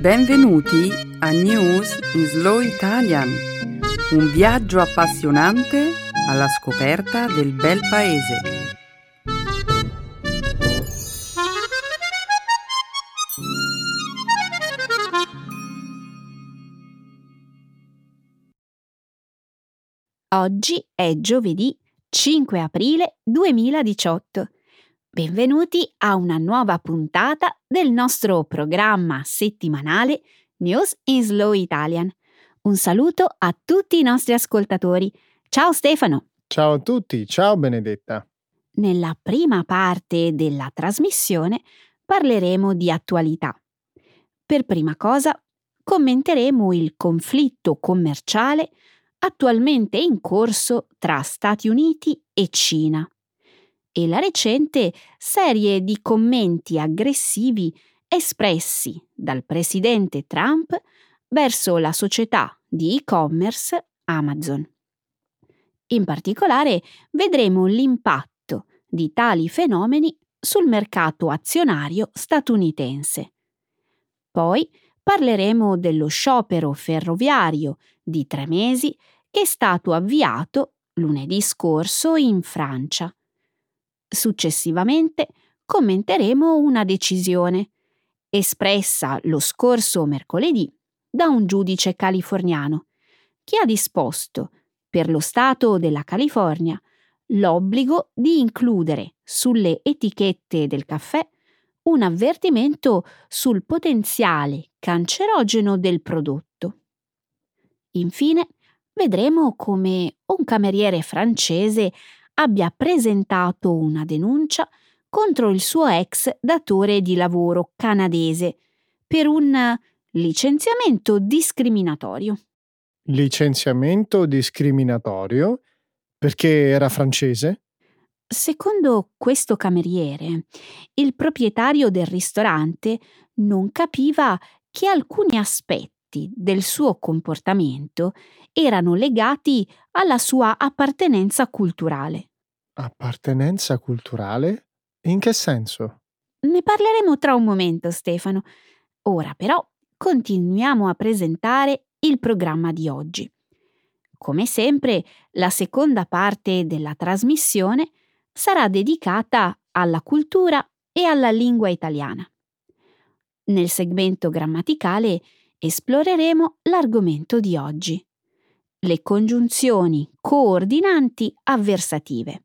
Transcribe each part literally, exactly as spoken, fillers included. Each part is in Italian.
Benvenuti a News in Slow Italian, un viaggio appassionante alla scoperta del bel paese. Oggi è giovedì cinque aprile duemiladiciotto. Benvenuti a una nuova puntata del nostro programma settimanale News in Slow Italian. Un saluto a tutti i nostri ascoltatori. Ciao Stefano! Ciao a tutti, ciao Benedetta! Nella prima parte della trasmissione parleremo di attualità. Per prima cosa commenteremo il conflitto commerciale attualmente in corso tra Stati Uniti e Cina e la recente serie di commenti aggressivi espressi dal presidente Trump verso la società di e-commerce Amazon. In particolare vedremo l'impatto di tali fenomeni sul mercato azionario statunitense. Poi parleremo dello sciopero ferroviario di tre mesi che è stato avviato lunedì scorso in Francia. Successivamente commenteremo una decisione espressa lo scorso mercoledì da un giudice californiano che ha disposto per lo Stato della California l'obbligo di includere sulle etichette del caffè un avvertimento sul potenziale cancerogeno del prodotto. Infine, vedremo come un cameriere francese abbia presentato una denuncia contro il suo ex datore di lavoro canadese per un licenziamento discriminatorio. Licenziamento discriminatorio? Perché era francese? Secondo questo cameriere, il proprietario del ristorante non capiva che alcuni aspetti del suo comportamento erano legati alla sua appartenenza culturale. Appartenenza culturale? In che senso? Ne parleremo tra un momento, Stefano. Ora però continuiamo a presentare il programma di oggi. Come sempre, la seconda parte della trasmissione sarà dedicata alla cultura e alla lingua italiana. Nel segmento grammaticale esploreremo l'argomento di oggi: le congiunzioni coordinanti avversative.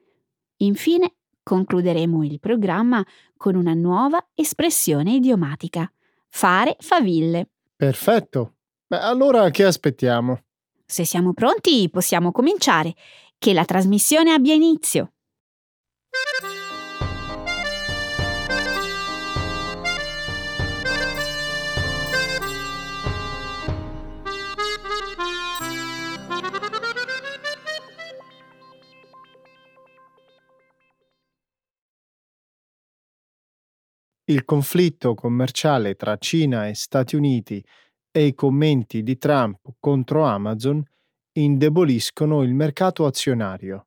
Infine, concluderemo il programma con una nuova espressione idiomatica: fare faville. Perfetto! Beh, allora che aspettiamo? Se siamo pronti, possiamo cominciare. Che la trasmissione abbia inizio. Il conflitto commerciale tra Cina e Stati Uniti e i commenti di Trump contro Amazon indeboliscono il mercato azionario.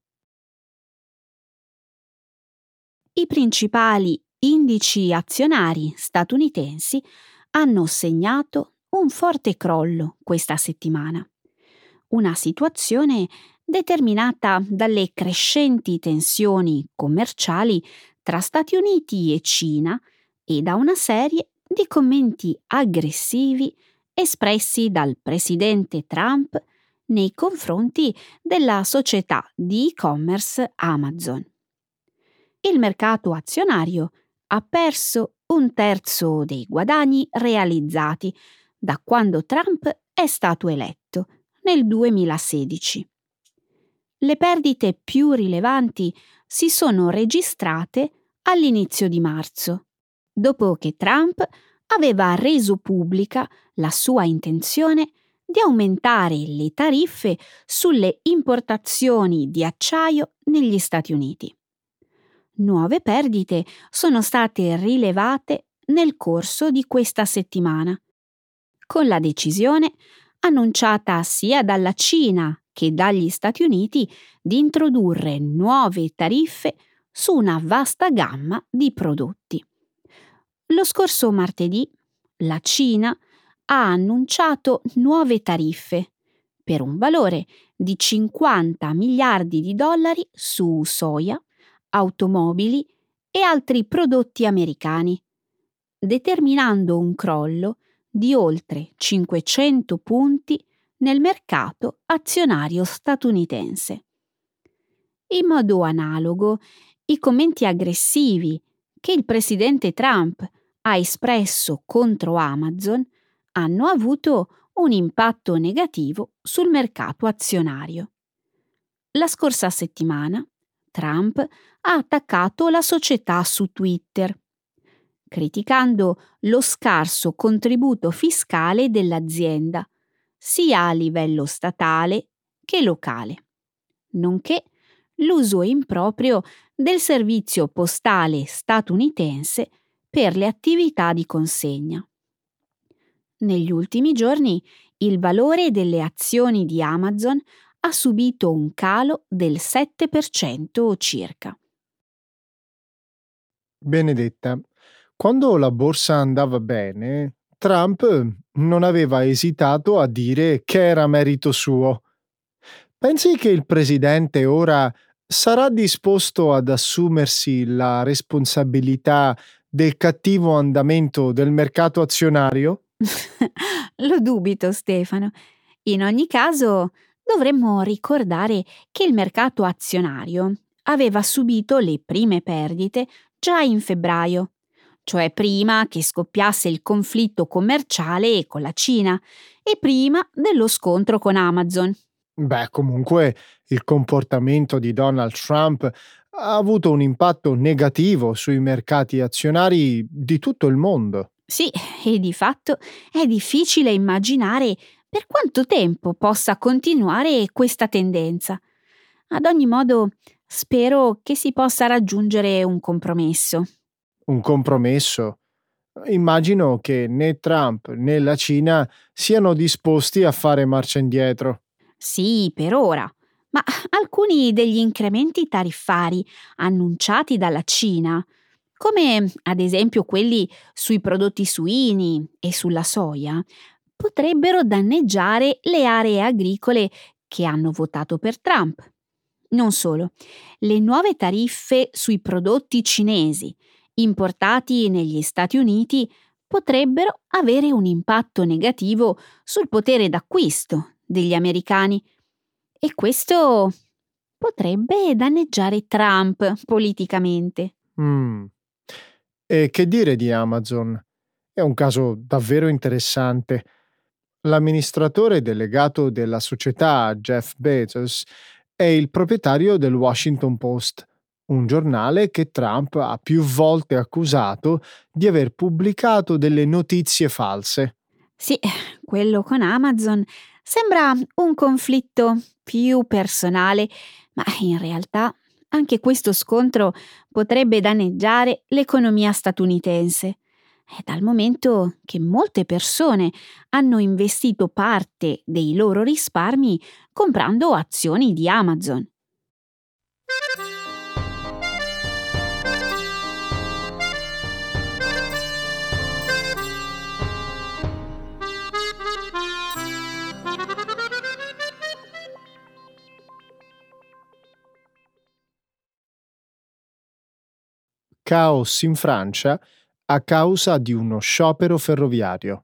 I principali indici azionari statunitensi hanno segnato un forte crollo questa settimana. Una situazione determinata dalle crescenti tensioni commerciali tra Stati Uniti e Cina e da una serie di commenti aggressivi espressi dal presidente Trump nei confronti della società di e-commerce Amazon. Il mercato azionario ha perso un terzo dei guadagni realizzati da quando Trump è stato eletto nel duemilasedici. Le perdite più rilevanti si sono registrate all'inizio di marzo, dopo che Trump aveva reso pubblica la sua intenzione di aumentare le tariffe sulle importazioni di acciaio negli Stati Uniti. Nuove perdite sono state rilevate nel corso di questa settimana, con la decisione annunciata sia dalla Cina che dagli Stati Uniti di introdurre nuove tariffe su una vasta gamma di prodotti. Lo scorso martedì la Cina ha annunciato nuove tariffe per un valore di cinquanta miliardi di dollari su soia, automobili e altri prodotti americani, determinando un crollo di oltre cinquecento punti nel mercato azionario statunitense. In modo analogo, i commenti aggressivi che il presidente Trump ha espresso contro Amazon hanno avuto un impatto negativo sul mercato azionario. La scorsa settimana Trump ha attaccato la società su Twitter, criticando lo scarso contributo fiscale dell'azienda, sia a livello statale che locale, nonché l'uso improprio del servizio postale statunitense per le attività di consegna. Negli ultimi giorni il valore delle azioni di Amazon ha subito un calo del sette per cento circa. Benedetta, quando la borsa andava bene, Trump non aveva esitato a dire che era merito suo. Pensi che il presidente ora sarà disposto ad assumersi la responsabilità del cattivo andamento del mercato azionario? Lo dubito, Stefano. In ogni caso, dovremmo ricordare che il mercato azionario aveva subito le prime perdite già in febbraio, cioè prima che scoppiasse il conflitto commerciale con la Cina e prima dello scontro con Amazon. Beh, comunque il comportamento di Donald Trump ha avuto un impatto negativo sui mercati azionari di tutto il mondo. Sì, e di fatto è difficile immaginare per quanto tempo possa continuare questa tendenza. Ad ogni modo, spero che si possa raggiungere un compromesso. Un compromesso? Immagino che né Trump né la Cina siano disposti a fare marcia indietro. Sì, per ora, ma alcuni degli incrementi tariffari annunciati dalla Cina, come ad esempio quelli sui prodotti suini e sulla soia, potrebbero danneggiare le aree agricole che hanno votato per Trump. Non solo, le nuove tariffe sui prodotti cinesi importati negli Stati Uniti potrebbero avere un impatto negativo sul potere d'acquisto degli americani e questo potrebbe danneggiare Trump politicamente. Mm. E che dire di Amazon? È un caso davvero interessante. L'amministratore delegato della società, Jeff Bezos, è il proprietario del Washington Post, un giornale che Trump ha più volte accusato di aver pubblicato delle notizie false. Sì, quello con Amazon sembra un conflitto più personale, ma in realtà anche questo scontro potrebbe danneggiare l'economia statunitense. È dal momento che molte persone hanno investito parte dei loro risparmi comprando azioni di Amazon. Caos in Francia a causa di uno sciopero ferroviario.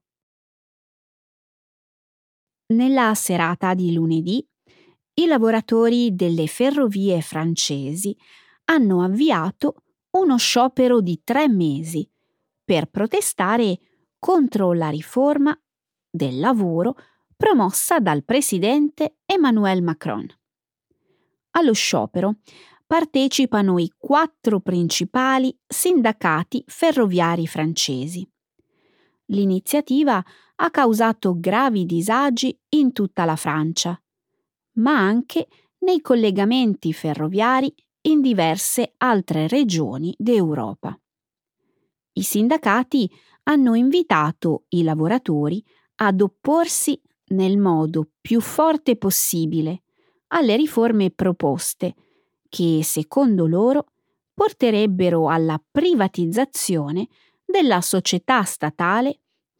Nella serata di lunedì, i lavoratori delle ferrovie francesi hanno avviato uno sciopero di tre mesi per protestare contro la riforma del lavoro promossa dal presidente Emmanuel Macron. Allo sciopero partecipano i quattro principali sindacati ferroviari francesi. L'iniziativa ha causato gravi disagi in tutta la Francia, ma anche nei collegamenti ferroviari in diverse altre regioni d'Europa. I sindacati hanno invitato i lavoratori ad opporsi nel modo più forte possibile alle riforme proposte che, secondo loro, porterebbero alla privatizzazione della società statale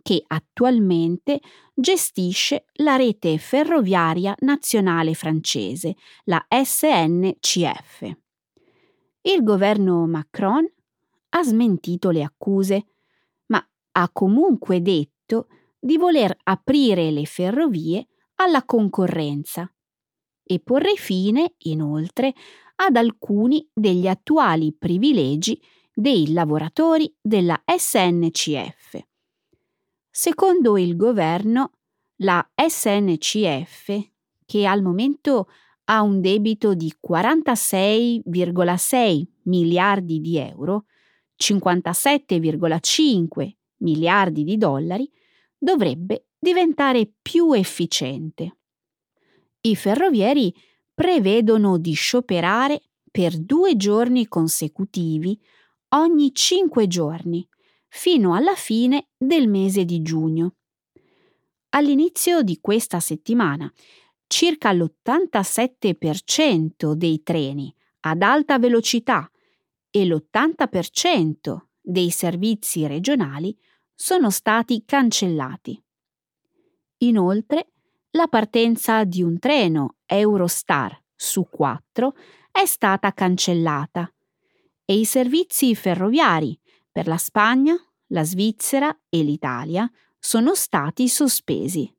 che attualmente gestisce la rete ferroviaria nazionale francese, la S N C F. Il governo Macron ha smentito le accuse, ma ha comunque detto di voler aprire le ferrovie alla concorrenza e porre fine, inoltre, ad alcuni degli attuali privilegi dei lavoratori della S N C F. Secondo il governo, la S N C F, che al momento ha un debito di quarantasei virgola sei miliardi di euro, cinquantasette virgola cinque miliardi di dollari, dovrebbe diventare più efficiente. I ferrovieri prevedono di scioperare per due giorni consecutivi ogni cinque giorni, fino alla fine del mese di giugno. All'inizio di questa settimana, circa l'ottantasette per cento dei treni ad alta velocità e l'ottanta per cento dei servizi regionali sono stati cancellati. Inoltre, la partenza di un treno Eurostar su quattro è stata cancellata e i servizi ferroviari per la Spagna, la Svizzera e l'Italia sono stati sospesi.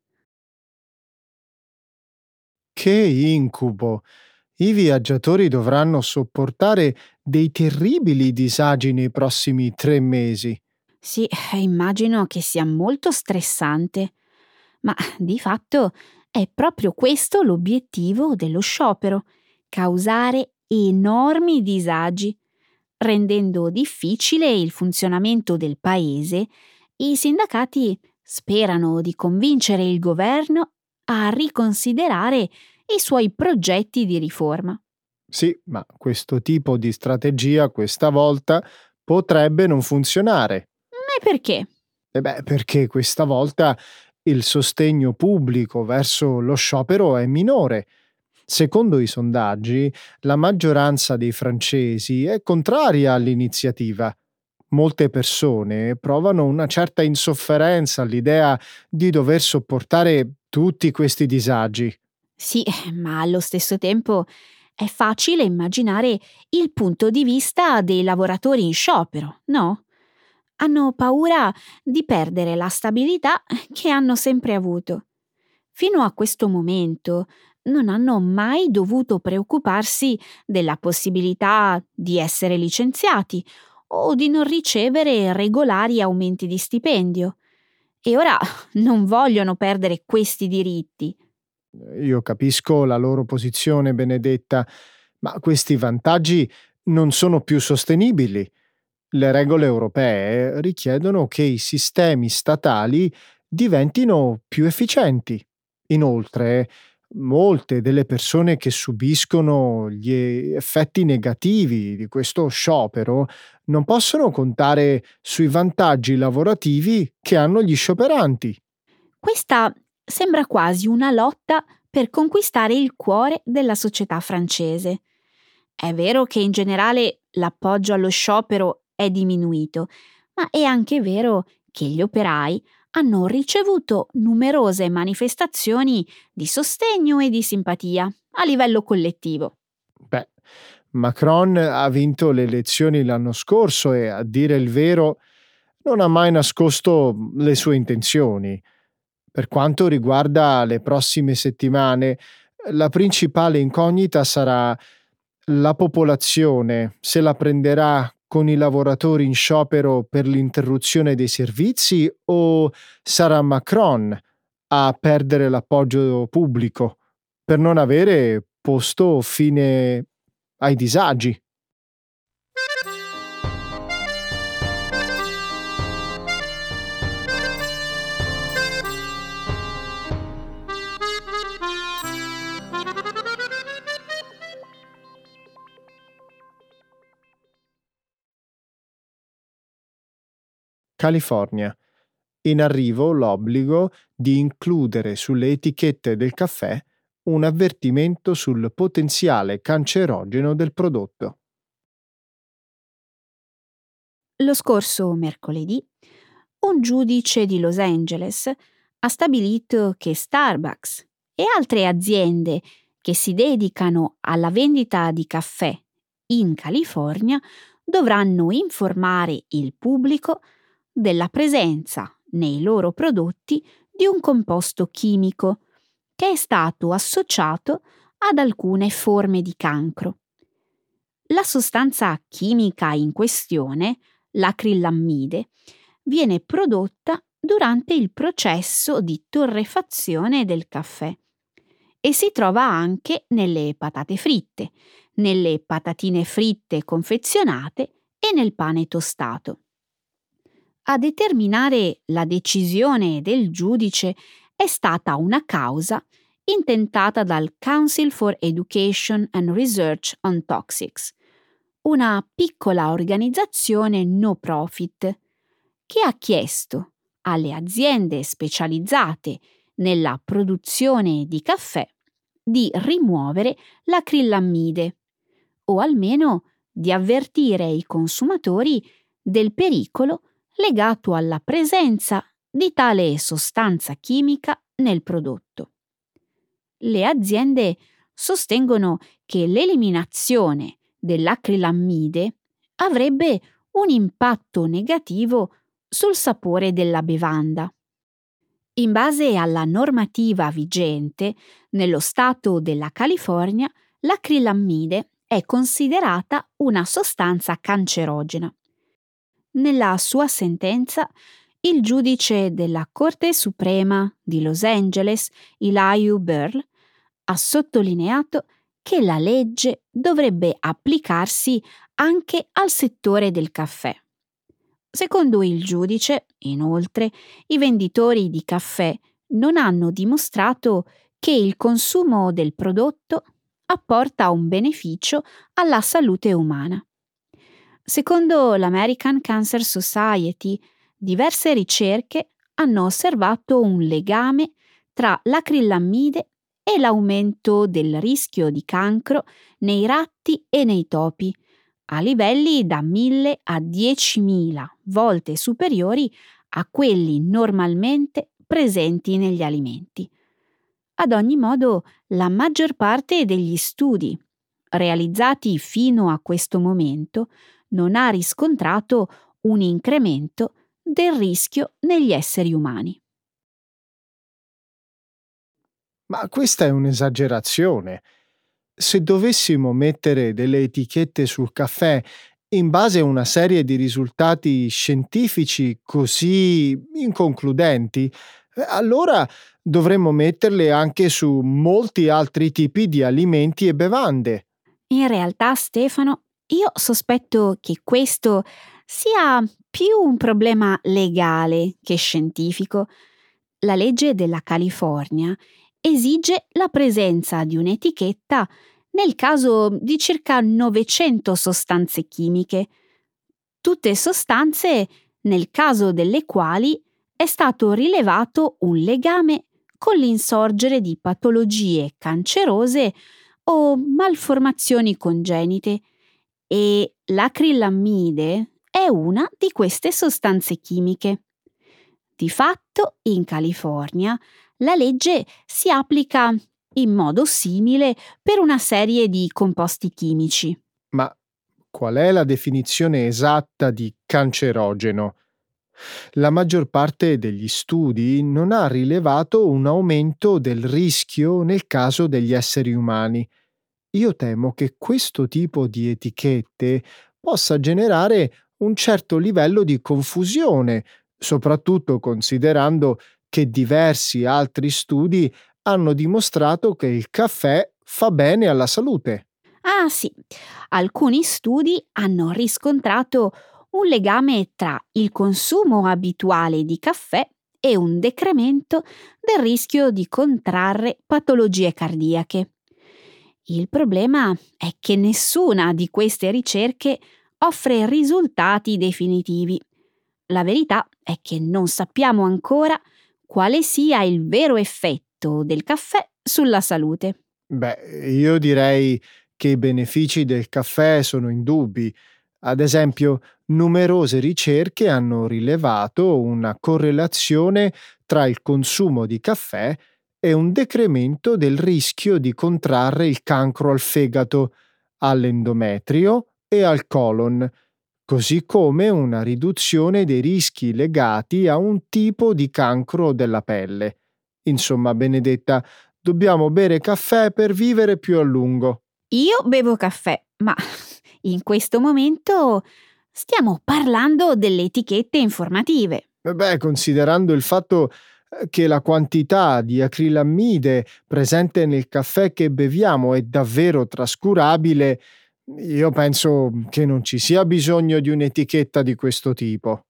Che incubo! I viaggiatori dovranno sopportare dei terribili disagi nei prossimi tre mesi. Sì, immagino che sia molto stressante, ma di fatto è proprio questo l'obiettivo dello sciopero: causare enormi disagi. Rendendo difficile il funzionamento del paese, i sindacati sperano di convincere il governo a riconsiderare i suoi progetti di riforma. Sì, ma questo tipo di strategia questa volta potrebbe non funzionare. E perché? E beh, perché questa volta il sostegno pubblico verso lo sciopero è minore. Secondo i sondaggi, la maggioranza dei francesi è contraria all'iniziativa. Molte persone provano una certa insofferenza all'idea di dover sopportare tutti questi disagi. Sì, ma allo stesso tempo è facile immaginare il punto di vista dei lavoratori in sciopero, no? Hanno paura di perdere la stabilità che hanno sempre avuto. Fino a questo momento non hanno mai dovuto preoccuparsi della possibilità di essere licenziati o di non ricevere regolari aumenti di stipendio. E ora non vogliono perdere questi diritti. Io capisco la loro posizione, Benedetta, ma questi vantaggi non sono più sostenibili. Le regole europee richiedono che i sistemi statali diventino più efficienti. Inoltre, molte delle persone che subiscono gli effetti negativi di questo sciopero non possono contare sui vantaggi lavorativi che hanno gli scioperanti. Questa sembra quasi una lotta per conquistare il cuore della società francese. È vero che in generale l'appoggio allo sciopero è diminuito, ma è anche vero che gli operai hanno ricevuto numerose manifestazioni di sostegno e di simpatia a livello collettivo. Beh, Macron ha vinto le elezioni l'anno scorso e, a dire il vero, non ha mai nascosto le sue intenzioni. Per quanto riguarda le prossime settimane, la principale incognita sarà la popolazione, se la prenderà con i lavoratori in sciopero per l'interruzione dei servizi o sarà Macron a perdere l'appoggio pubblico per non avere posto fine ai disagi. California. In arrivo l'obbligo di includere sulle etichette del caffè un avvertimento sul potenziale cancerogeno del prodotto. Lo scorso mercoledì, un giudice di Los Angeles ha stabilito che Starbucks e altre aziende che si dedicano alla vendita di caffè in California dovranno informare il pubblico della presenza nei loro prodotti di un composto chimico che è stato associato ad alcune forme di cancro. La sostanza chimica in questione, l'acrilammide, viene prodotta durante il processo di torrefazione del caffè e si trova anche nelle patate fritte, nelle patatine fritte confezionate e nel pane tostato. A determinare la decisione del giudice è stata una causa intentata dal Council for Education and Research on Toxics, una piccola organizzazione no profit che ha chiesto alle aziende specializzate nella produzione di caffè di rimuovere l'acrilammide o almeno di avvertire i consumatori del pericolo legato alla presenza di tale sostanza chimica nel prodotto. Le aziende sostengono che l'eliminazione dell'acrilammide avrebbe un impatto negativo sul sapore della bevanda. In base alla normativa vigente, nello stato della California, l'acrilammide è considerata una sostanza cancerogena. Nella sua sentenza, il giudice della Corte Suprema di Los Angeles, Elihu Burl, ha sottolineato che la legge dovrebbe applicarsi anche al settore del caffè. Secondo il giudice, inoltre, i venditori di caffè non hanno dimostrato che il consumo del prodotto apporta un beneficio alla salute umana. Secondo l'American Cancer Society, diverse ricerche hanno osservato un legame tra l'acrilammide e l'aumento del rischio di cancro nei ratti e nei topi, a livelli da mille a diecimila volte superiori a quelli normalmente presenti negli alimenti. Ad ogni modo, la maggior parte degli studi realizzati fino a questo momento non ha riscontrato un incremento del rischio negli esseri umani. Ma questa è un'esagerazione. Se dovessimo mettere delle etichette sul caffè in base a una serie di risultati scientifici così inconcludenti, eh, allora dovremmo metterle anche su molti altri tipi di alimenti e bevande. In realtà, Stefano, io sospetto che questo sia più un problema legale che scientifico. La legge della California esige la presenza di un'etichetta nel caso di circa novecento sostanze chimiche, tutte sostanze nel caso delle quali è stato rilevato un legame con l'insorgere di patologie cancerose o malformazioni congenite, e l'acrilammide è una di queste sostanze chimiche. Di fatto, in California, la legge si applica in modo simile per una serie di composti chimici. Ma qual è la definizione esatta di cancerogeno? La maggior parte degli studi non ha rilevato un aumento del rischio nel caso degli esseri umani. Io temo che questo tipo di etichette possa generare un certo livello di confusione, soprattutto considerando che diversi altri studi hanno dimostrato che il caffè fa bene alla salute. Ah sì, alcuni studi hanno riscontrato un legame tra il consumo abituale di caffè e un decremento del rischio di contrarre patologie cardiache. Il problema è che nessuna di queste ricerche offre risultati definitivi. La verità è che non sappiamo ancora quale sia il vero effetto del caffè sulla salute. Beh, io direi che i benefici del caffè sono indubbi. Ad esempio, numerose ricerche hanno rilevato una correlazione tra il consumo di caffè e un decremento del rischio di contrarre il cancro al fegato, all'endometrio e al colon, così come una riduzione dei rischi legati a un tipo di cancro della pelle. Insomma, Benedetta, dobbiamo bere caffè per vivere più a lungo. Io bevo caffè, ma in questo momento stiamo parlando delle etichette informative. Beh, considerando il fatto che la quantità di acrilammide presente nel caffè che beviamo è davvero trascurabile, io penso che non ci sia bisogno di un'etichetta di questo tipo.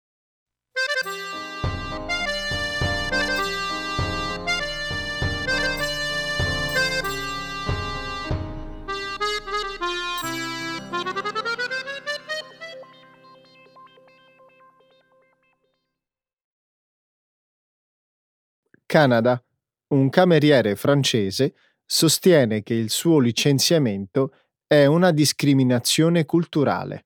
Canada. Un cameriere francese sostiene che il suo licenziamento è una discriminazione culturale.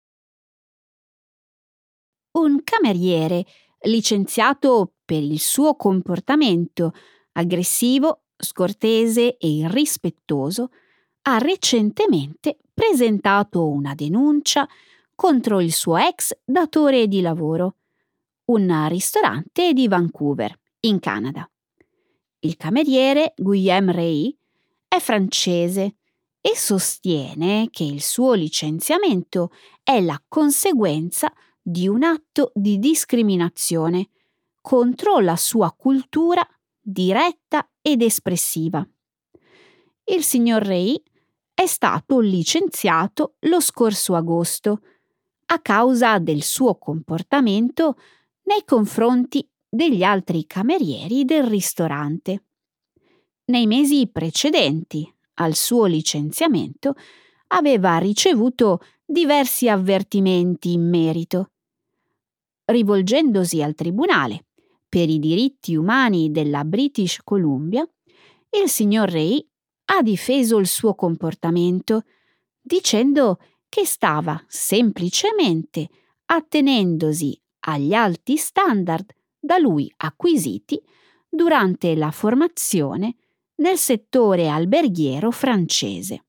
Un cameriere licenziato per il suo comportamento aggressivo, scortese e irrispettoso ha recentemente presentato una denuncia contro il suo ex datore di lavoro, un ristorante di Vancouver, in Canada. Il cameriere Guillaume Rey è francese e sostiene che il suo licenziamento è la conseguenza di un atto di discriminazione contro la sua cultura diretta ed espressiva. Il signor Rey è stato licenziato lo scorso agosto a causa del suo comportamento nei confronti degli altri camerieri del ristorante. Nei mesi precedenti al suo licenziamento aveva ricevuto diversi avvertimenti in merito. Rivolgendosi al Tribunale per i diritti umani della British Columbia, il signor Rey ha difeso il suo comportamento, dicendo che stava semplicemente attenendosi agli alti standard da lui acquisiti durante la formazione nel settore alberghiero francese.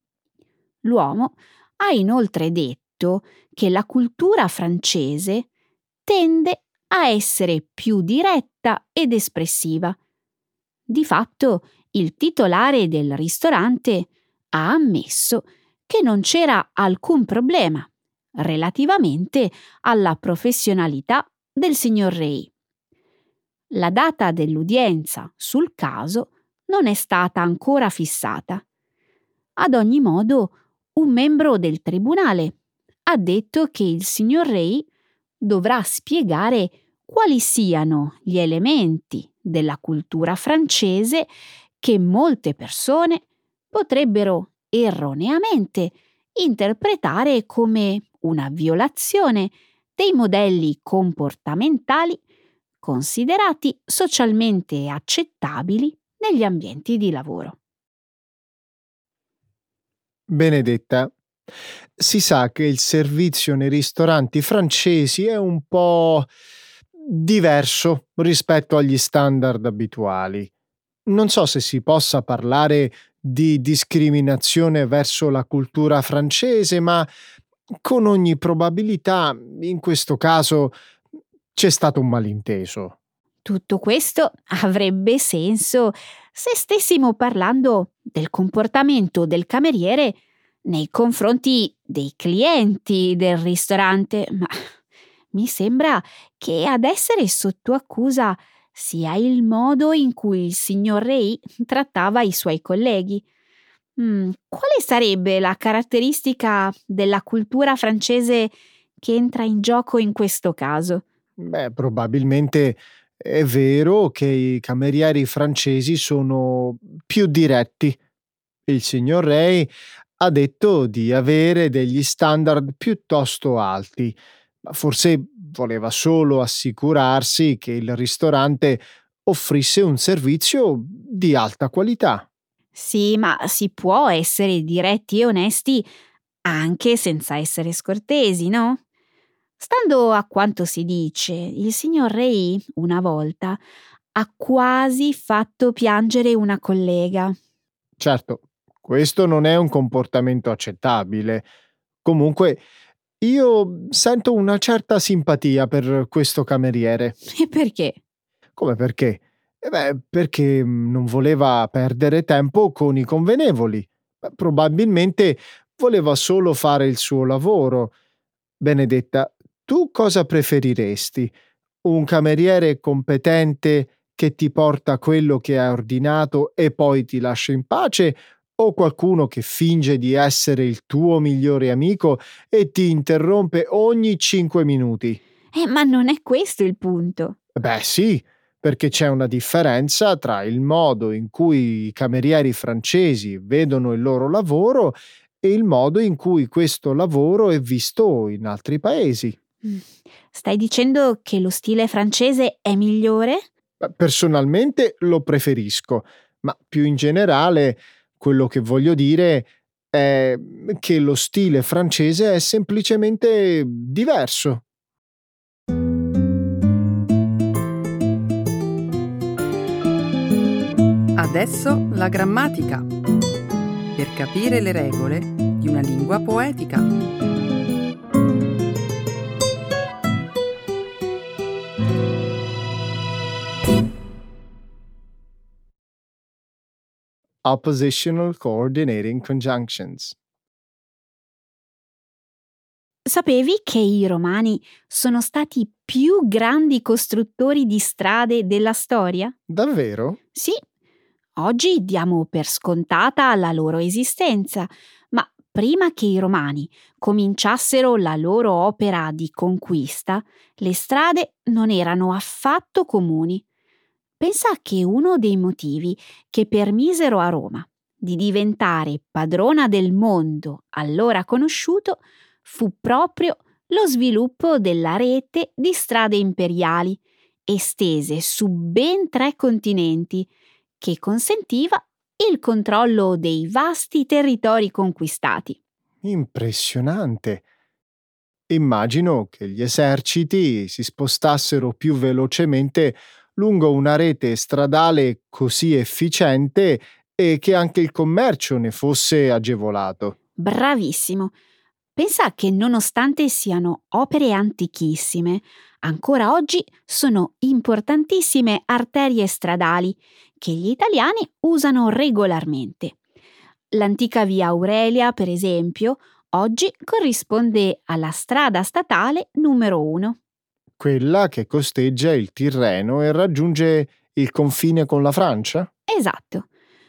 L'uomo ha inoltre detto che la cultura francese tende a essere più diretta ed espressiva. Di fatto, il titolare del ristorante ha ammesso che non c'era alcun problema relativamente alla professionalità del signor Rey. La data dell'udienza sul caso non è stata ancora fissata. Ad ogni modo, un membro del tribunale ha detto che il signor Rey dovrà spiegare quali siano gli elementi della cultura francese che molte persone potrebbero erroneamente interpretare come una violazione dei modelli comportamentali considerati socialmente accettabili negli ambienti di lavoro. Benedetta, si sa che il servizio nei ristoranti francesi è un po' diverso rispetto agli standard abituali. Non so se si possa parlare di discriminazione verso la cultura francese, ma con ogni probabilità in questo caso c'è stato un malinteso. Tutto questo avrebbe senso se stessimo parlando del comportamento del cameriere nei confronti dei clienti del ristorante, ma mi sembra che ad essere sotto accusa sia il modo in cui il signor Rey trattava i suoi colleghi. Mm, quale sarebbe la caratteristica della cultura francese che entra in gioco in questo caso? Beh, probabilmente è vero che i camerieri francesi sono più diretti. Il signor Rey ha detto di avere degli standard piuttosto alti, ma forse voleva solo assicurarsi che il ristorante offrisse un servizio di alta qualità. Sì, ma si può essere diretti e onesti anche senza essere scortesi, no? Stando a quanto si dice, il signor Rei, una volta, ha quasi fatto piangere una collega. Certo, questo non è un comportamento accettabile. Comunque, io sento una certa simpatia per questo cameriere. E perché? Come perché? Eh beh, perché mm, non voleva perdere tempo con i convenevoli. Beh, probabilmente voleva solo fare il suo lavoro. Benedetta, tu cosa preferiresti? Un cameriere competente che ti porta quello che hai ordinato e poi ti lascia in pace, o qualcuno che finge di essere il tuo migliore amico e ti interrompe ogni cinque minuti? Eh, ma non è questo il punto. Beh, sì, perché c'è una differenza tra il modo in cui i camerieri francesi vedono il loro lavoro e il modo in cui questo lavoro è visto in altri paesi. Mm. Stai dicendo che lo stile francese è migliore? Beh, personalmente lo preferisco, ma più in generale quello che voglio dire è che lo stile francese è semplicemente diverso. Adesso la grammatica, per capire le regole di una lingua poetica. Oppositional coordinating conjunctions. Sapevi che i romani sono stati i più grandi costruttori di strade della storia? Davvero? Sì, oggi diamo per scontata la loro esistenza, ma prima che i romani cominciassero la loro opera di conquista, le strade non erano affatto comuni. Pensa che uno dei motivi che permisero a Roma di diventare padrona del mondo allora conosciuto fu proprio lo sviluppo della rete di strade imperiali, estese su ben tre continenti, che consentiva il controllo dei vasti territori conquistati. Impressionante. Immagino che gli eserciti si spostassero più velocemente lungo una rete stradale così efficiente e che anche il commercio ne fosse agevolato. Bravissimo! Pensa che nonostante siano opere antichissime, ancora oggi sono importantissime arterie stradali che gli italiani usano regolarmente. L'antica via Aurelia, per esempio, oggi corrisponde alla strada statale numero uno. Quella che costeggia il Tirreno e raggiunge il confine con la Francia? Esatto.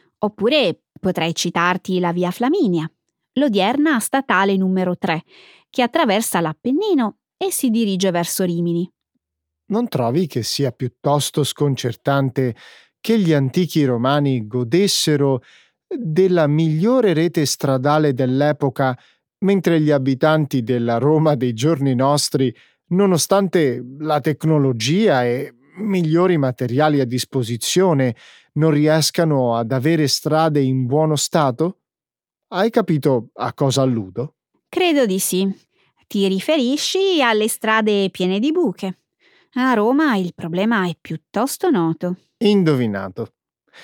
Oppure potrei citarti la via Flaminia, l'odierna statale numero tre, che attraversa l'Appennino e si dirige verso Rimini. Non trovi che sia piuttosto sconcertante che gli antichi romani godessero della migliore rete stradale dell'epoca, mentre gli abitanti della Roma dei giorni nostri, nonostante la tecnologia e migliori materiali a disposizione, non riescano ad avere strade in buono stato? Hai capito a cosa alludo? Credo di sì. Ti riferisci alle strade piene di buche. A Roma il problema è piuttosto noto. Indovinato.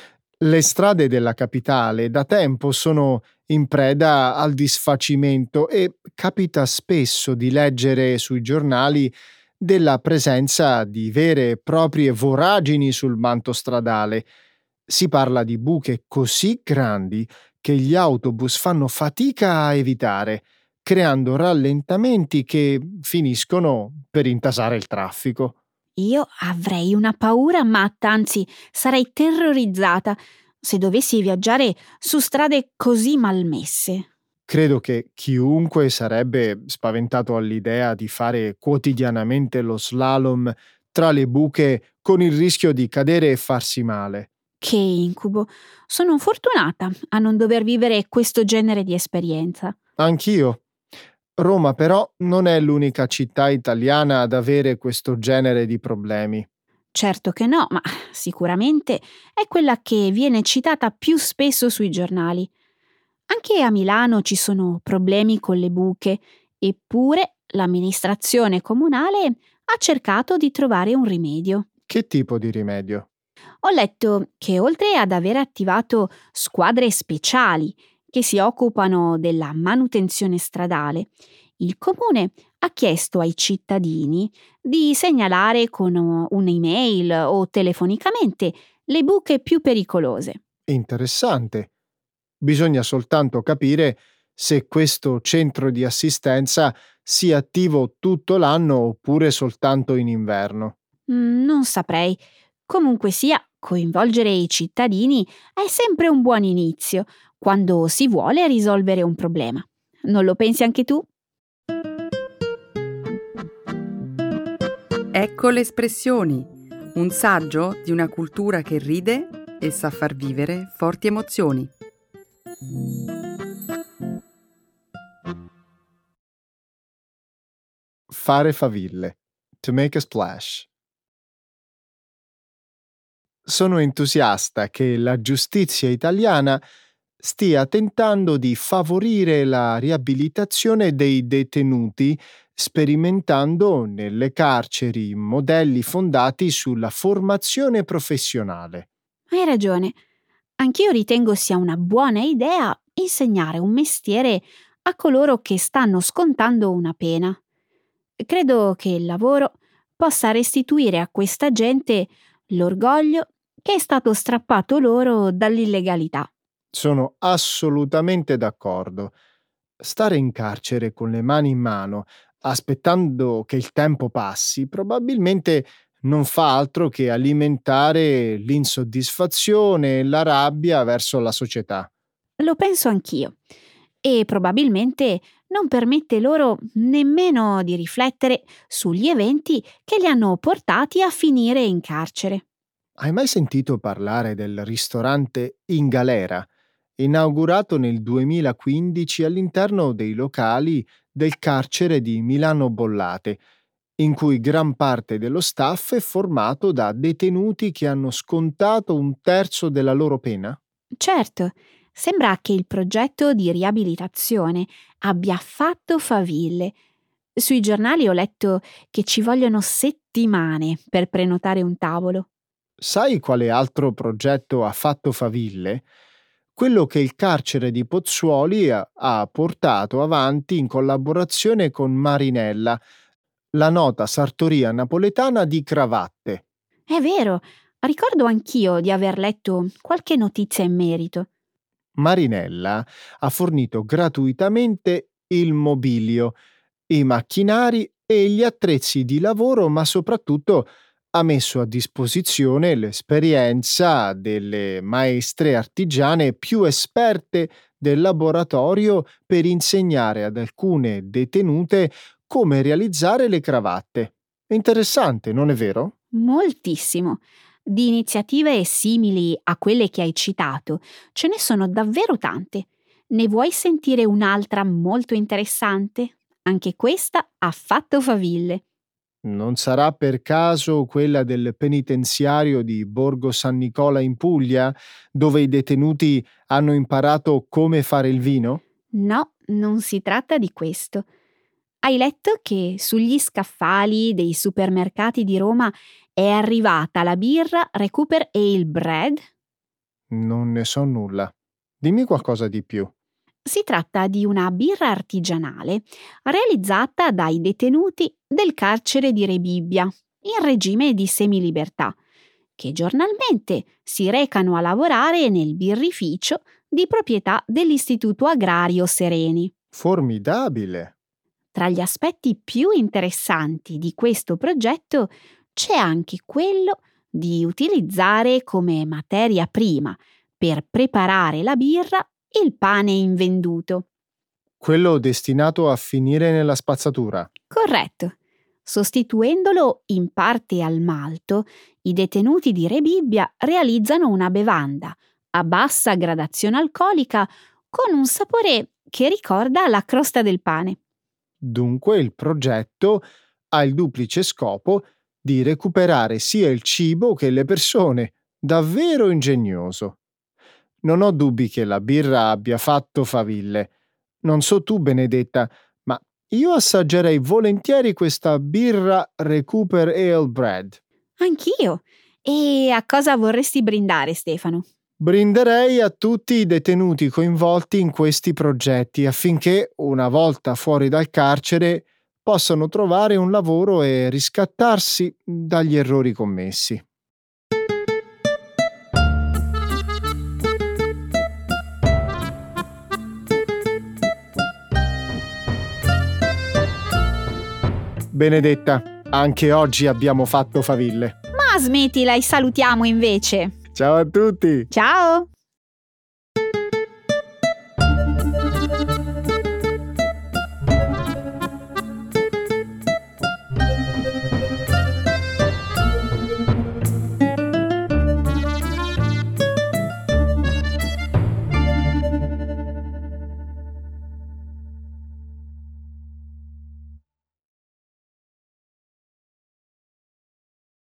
Le strade della capitale da tempo sono in preda al disfacimento e capita spesso di leggere sui giornali della presenza di vere e proprie voragini sul manto stradale. Si parla di buche così grandi che gli autobus fanno fatica a evitare, creando rallentamenti che finiscono per intasare il traffico. Io avrei una paura matta, anzi sarei terrorizzata se dovessi viaggiare su strade così malmesse. Credo che chiunque sarebbe spaventato all'idea di fare quotidianamente lo slalom tra le buche con il rischio di cadere e farsi male. Che incubo! Sono fortunata a non dover vivere questo genere di esperienza. Anch'io. Roma però non è l'unica città italiana ad avere questo genere di problemi. Certo che no, ma sicuramente è quella che viene citata più spesso sui giornali. Anche a Milano ci sono problemi con le buche, eppure l'amministrazione comunale ha cercato di trovare un rimedio. Che tipo di rimedio? Ho letto che oltre ad aver attivato squadre speciali che si occupano della manutenzione stradale, il comune ha chiesto ai cittadini di segnalare con un'email o telefonicamente le buche più pericolose. Interessante. Bisogna soltanto capire se questo centro di assistenza sia attivo tutto l'anno oppure soltanto in inverno. Mm, non saprei. Comunque sia, coinvolgere i cittadini è sempre un buon inizio quando si vuole risolvere un problema. Non lo pensi anche tu? Ecco le espressioni, un saggio di una cultura che ride e sa far vivere forti emozioni. Fare faville. To make a splash. Sono entusiasta che la giustizia italiana stia tentando di favorire la riabilitazione dei detenuti sperimentando nelle carceri modelli fondati sulla formazione professionale. Hai ragione. Anch'io ritengo sia una buona idea insegnare un mestiere a coloro che stanno scontando una pena. Credo che il lavoro possa restituire a questa gente l'orgoglio che è stato strappato loro dall'illegalità. Sono assolutamente d'accordo. Stare in carcere con le mani in mano, aspettando che il tempo passi, probabilmente non fa altro che alimentare l'insoddisfazione e la rabbia verso la società. Lo penso anch'io. E probabilmente non permette loro nemmeno di riflettere sugli eventi che li hanno portati a finire in carcere. Hai mai sentito parlare del ristorante In Galera, inaugurato nel duemilaquindici all'interno dei locali del carcere di Milano Bollate, in cui gran parte dello staff è formato da detenuti che hanno scontato un terzo della loro pena? Certo, sembra che il progetto di riabilitazione abbia fatto faville. Sui giornali ho letto che ci vogliono settimane per prenotare un tavolo. Sai quale altro progetto ha fatto faville? Quello che il carcere di Pozzuoli ha, ha portato avanti in collaborazione con Marinella, la nota sartoria napoletana di cravatte. È vero, ricordo anch'io di aver letto qualche notizia in merito. Marinella ha fornito gratuitamente il mobilio, i macchinari e gli attrezzi di lavoro, ma soprattutto ha messo a disposizione l'esperienza delle maestre artigiane più esperte del laboratorio per insegnare ad alcune detenute come realizzare le cravatte. È interessante, non è vero? Moltissimo. Di iniziative simili a quelle che hai citato, ce ne sono davvero tante. Ne vuoi sentire un'altra molto interessante? Anche questa ha fatto faville. Non sarà per caso quella del penitenziario di Borgo San Nicola in Puglia, dove i detenuti hanno imparato come fare il vino? No, non si tratta di questo. Hai letto che sugli scaffali dei supermercati di Roma è arrivata la birra Recuper Ale Bread? Non ne so nulla. Dimmi qualcosa di più. Si tratta di una birra artigianale realizzata dai detenuti del carcere di Rebibbia, in regime di semilibertà, che giornalmente si recano a lavorare nel birrificio di proprietà dell'Istituto Agrario Sereni. Formidabile! Tra gli aspetti più interessanti di questo progetto c'è anche quello di utilizzare come materia prima per preparare la birra il pane invenduto. Quello destinato a finire nella spazzatura. Corretto. Sostituendolo in parte al malto, i detenuti di Rebibbia realizzano una bevanda a bassa gradazione alcolica con un sapore che ricorda la crosta del pane. Dunque il progetto ha il duplice scopo di recuperare sia il cibo che le persone. Davvero ingegnoso. Non ho dubbi che la birra abbia fatto faville. Non so tu, Benedetta, ma Io assaggerei volentieri questa birra Recuper Ale Bread. Anch'io. E a cosa vorresti brindare, Stefano? Brinderei a tutti i detenuti coinvolti in questi progetti affinché, una volta fuori dal carcere, possano trovare un lavoro e riscattarsi dagli errori commessi. Benedetta, anche oggi abbiamo fatto faville. Ma smettila e salutiamo invece. Ciao a tutti! Ciao!